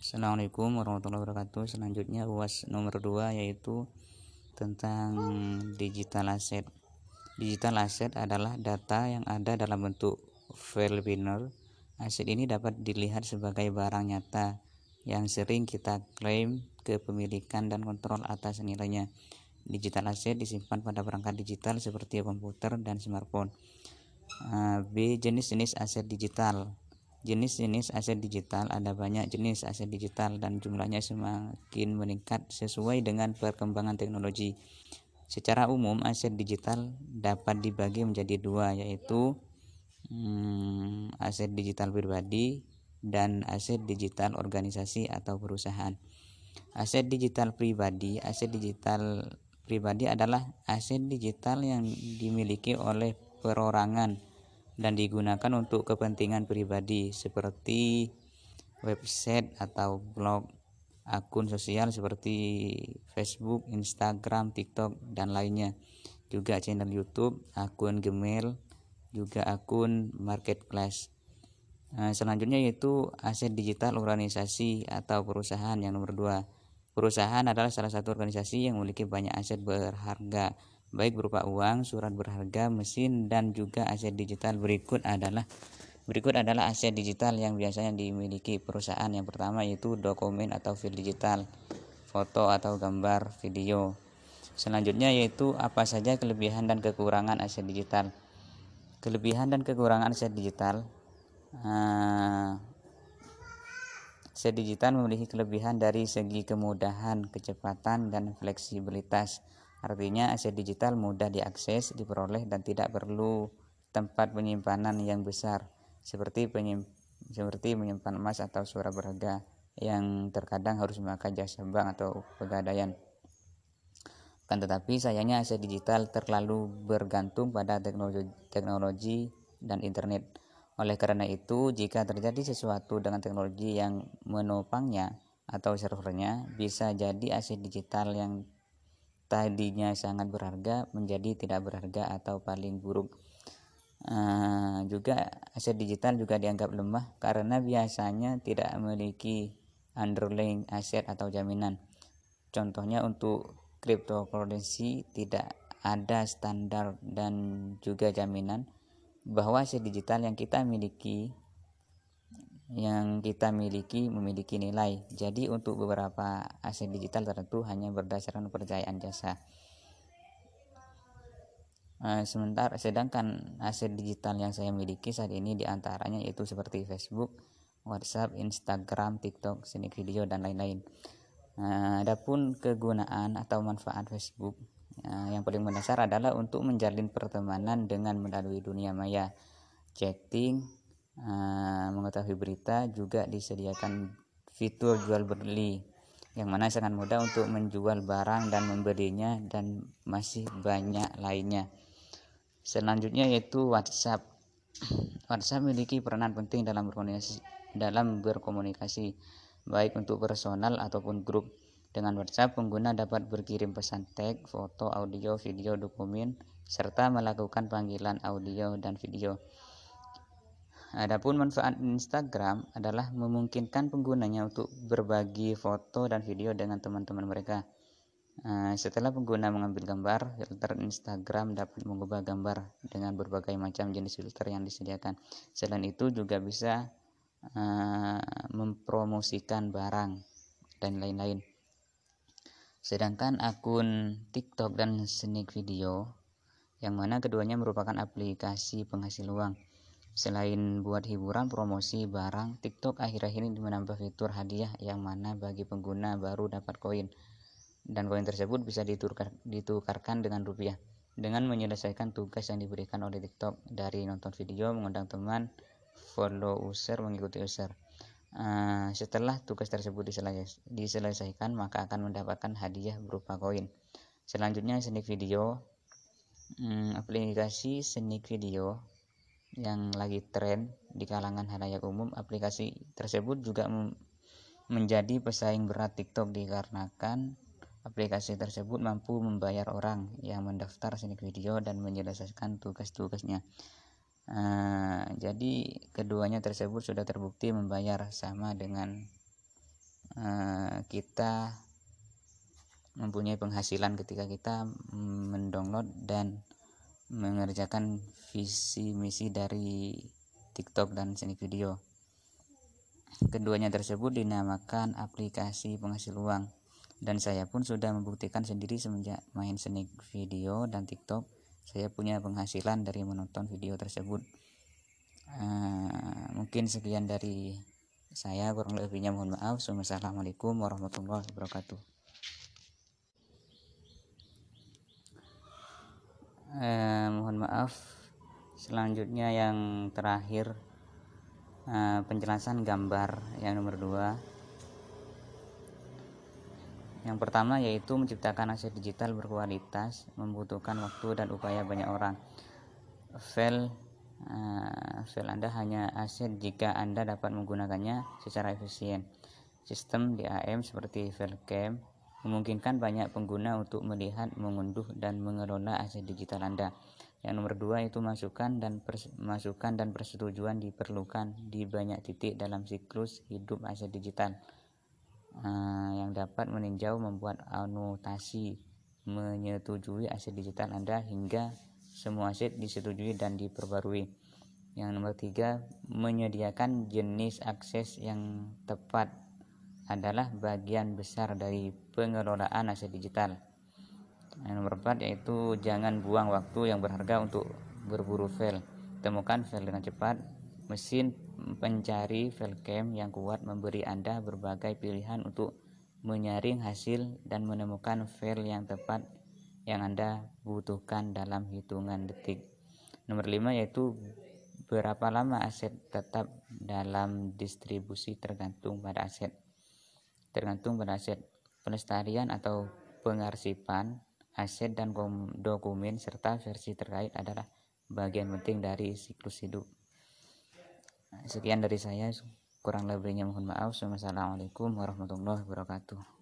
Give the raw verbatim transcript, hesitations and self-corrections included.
Assalamualaikum warahmatullahi wabarakatuh. Selanjutnya U A S nomor dua yaitu tentang digital asset. Digital asset adalah data yang ada dalam bentuk file binary. Aset ini dapat dilihat sebagai barang nyata yang sering kita klaim kepemilikan dan kontrol atas nilainya. Digital asset disimpan pada perangkat digital seperti komputer dan smartphone. B. Jenis-jenis aset digital. Jenis-jenis aset digital ada banyak jenis aset digital dan jumlahnya semakin meningkat sesuai dengan perkembangan teknologi. Secara umum aset digital dapat dibagi menjadi dua, yaitu hmm, aset digital pribadi dan aset digital organisasi atau perusahaan. Aset digital pribadi, aset digital pribadi adalah aset digital yang dimiliki oleh perorangan dan digunakan untuk kepentingan pribadi seperti website atau blog, akun sosial seperti Facebook, Instagram, TikTok, dan lainnya. Juga channel YouTube, akun Gmail, juga akun marketplace. Nah, selanjutnya yaitu aset digital organisasi atau perusahaan yang nomor dua. Perusahaan adalah salah satu organisasi yang memiliki banyak aset berharga, baik berupa uang, surat berharga, mesin, dan juga aset digital. Berikut adalah berikut adalah aset digital yang biasanya dimiliki perusahaan. Yang pertama yaitu dokumen atau file digital, foto atau gambar, video. Selanjutnya yaitu apa saja kelebihan dan kekurangan aset digital. Kelebihan dan kekurangan aset digital. Uh, Aset digital memiliki kelebihan dari segi kemudahan, kecepatan, dan fleksibilitas. Artinya aset digital mudah diakses, diperoleh, dan tidak perlu tempat penyimpanan yang besar seperti penyim, seperti menyimpan emas atau surat berharga yang terkadang harus memakai jasa bank atau pegadaian. Kan tetapi sayangnya aset digital terlalu bergantung pada teknologi, teknologi dan internet. Oleh karena itu, jika terjadi sesuatu dengan teknologi yang menopangnya atau servernya, bisa jadi aset digital yang tadinya sangat berharga menjadi tidak berharga atau paling buruk. Uh, juga aset digital juga dianggap lemah karena biasanya tidak memiliki underlying aset atau jaminan. Contohnya untuk cryptocurrency tidak ada standar dan juga jaminan bahwa aset digital yang kita miliki yang kita miliki memiliki nilai. Jadi untuk beberapa aset digital tertentu hanya berdasarkan kepercayaan jasa. Uh, sementara sedangkan aset digital yang saya miliki saat ini diantaranya yaitu seperti Facebook, WhatsApp, Instagram, TikTok, Sneak Video, dan lain-lain. Nah, adapun kegunaan atau manfaat Facebook Nah, yang paling mendasar adalah untuk menjalin pertemanan dengan melalui dunia maya, chatting, uh, mengetahui berita, juga disediakan fitur jual beli yang mana sangat mudah untuk menjual barang dan membelinya, dan masih banyak lainnya. Selanjutnya yaitu WhatsApp. WhatsApp memiliki peranan penting dalam berkomunikasi, dalam berkomunikasi baik untuk personal ataupun grup. Dengan WhatsApp, pengguna dapat berkirim pesan teks, foto, audio, video, dokumen, serta melakukan panggilan audio dan video. Adapun manfaat Instagram adalah memungkinkan penggunanya untuk berbagi foto dan video dengan teman-teman mereka. Setelah pengguna mengambil gambar, filter Instagram dapat mengubah gambar dengan berbagai macam jenis filter yang disediakan. Selain itu juga bisa uh, mempromosikan barang dan lain-lain. Sedangkan akun TikTok dan Sneak Video, yang mana keduanya merupakan aplikasi penghasil uang. Selain buat hiburan promosi barang, TikTok akhir-akhir ini menambah fitur hadiah yang mana bagi pengguna baru dapat koin, dan koin tersebut bisa ditukar, ditukarkan dengan rupiah. Dengan menyelesaikan tugas yang diberikan oleh TikTok dari nonton video, mengundang teman, follow user, mengikuti user. Uh, setelah tugas tersebut diselesaikan, maka akan mendapatkan hadiah berupa koin. Selanjutnya Sneak Video. hmm, aplikasi Sneak Video yang lagi tren di kalangan halayak umum. Aplikasi tersebut juga mem- menjadi pesaing berat TikTok dikarenakan aplikasi tersebut mampu membayar orang yang mendaftar Sneak Video dan menyelesaikan tugas-tugasnya. Uh, jadi keduanya tersebut sudah terbukti membayar sama dengan uh, kita mempunyai penghasilan ketika kita mendownload dan mengerjakan visi misi dari TikTok dan Snack Video. Keduanya tersebut dinamakan aplikasi penghasil uang, dan saya pun sudah membuktikan sendiri semenjak main Snack Video dan TikTok. Saya punya penghasilan dari menonton video tersebut. Uh, mungkin sekian dari saya, kurang lebihnya mohon maaf. Wassalamualaikum warahmatullahi wabarakatuh. Eh, mohon maaf, selanjutnya yang terakhir, eh, penjelasan gambar yang nomor dua. Yang pertama yaitu menciptakan aset digital berkualitas membutuhkan waktu dan upaya banyak orang. File eh, file Anda hanya aset jika Anda dapat menggunakannya secara efisien. Sistem D A M seperti Filecam memungkinkan banyak pengguna untuk melihat, mengunduh, dan mengelola aset digital Anda. Yang nomor dua itu masukan dan pers- masukan dan persetujuan diperlukan di banyak titik dalam siklus hidup aset digital, uh, yang dapat meninjau, membuat anotasi, menyetujui aset digital Anda hingga semua aset disetujui dan diperbarui. Yang nomor tiga, menyediakan jenis akses yang tepat adalah bagian besar dari pengelolaan aset digital. Yang nomor empat yaitu jangan buang waktu yang berharga untuk berburu file. Temukan file dengan cepat. Mesin pencari Filecam yang kuat memberi Anda berbagai pilihan untuk menyaring hasil dan menemukan file yang tepat yang Anda butuhkan dalam hitungan detik. Nomor lima yaitu berapa lama aset tetap dalam distribusi tergantung pada aset. Tergantung pada aset. Pelestarian atau pengarsipan aset dan dokumen serta versi terkait adalah bagian penting dari siklus hidup. Sekian dari saya, kurang lebihnya mohon maaf. Wassalamualaikum warahmatullahi wabarakatuh.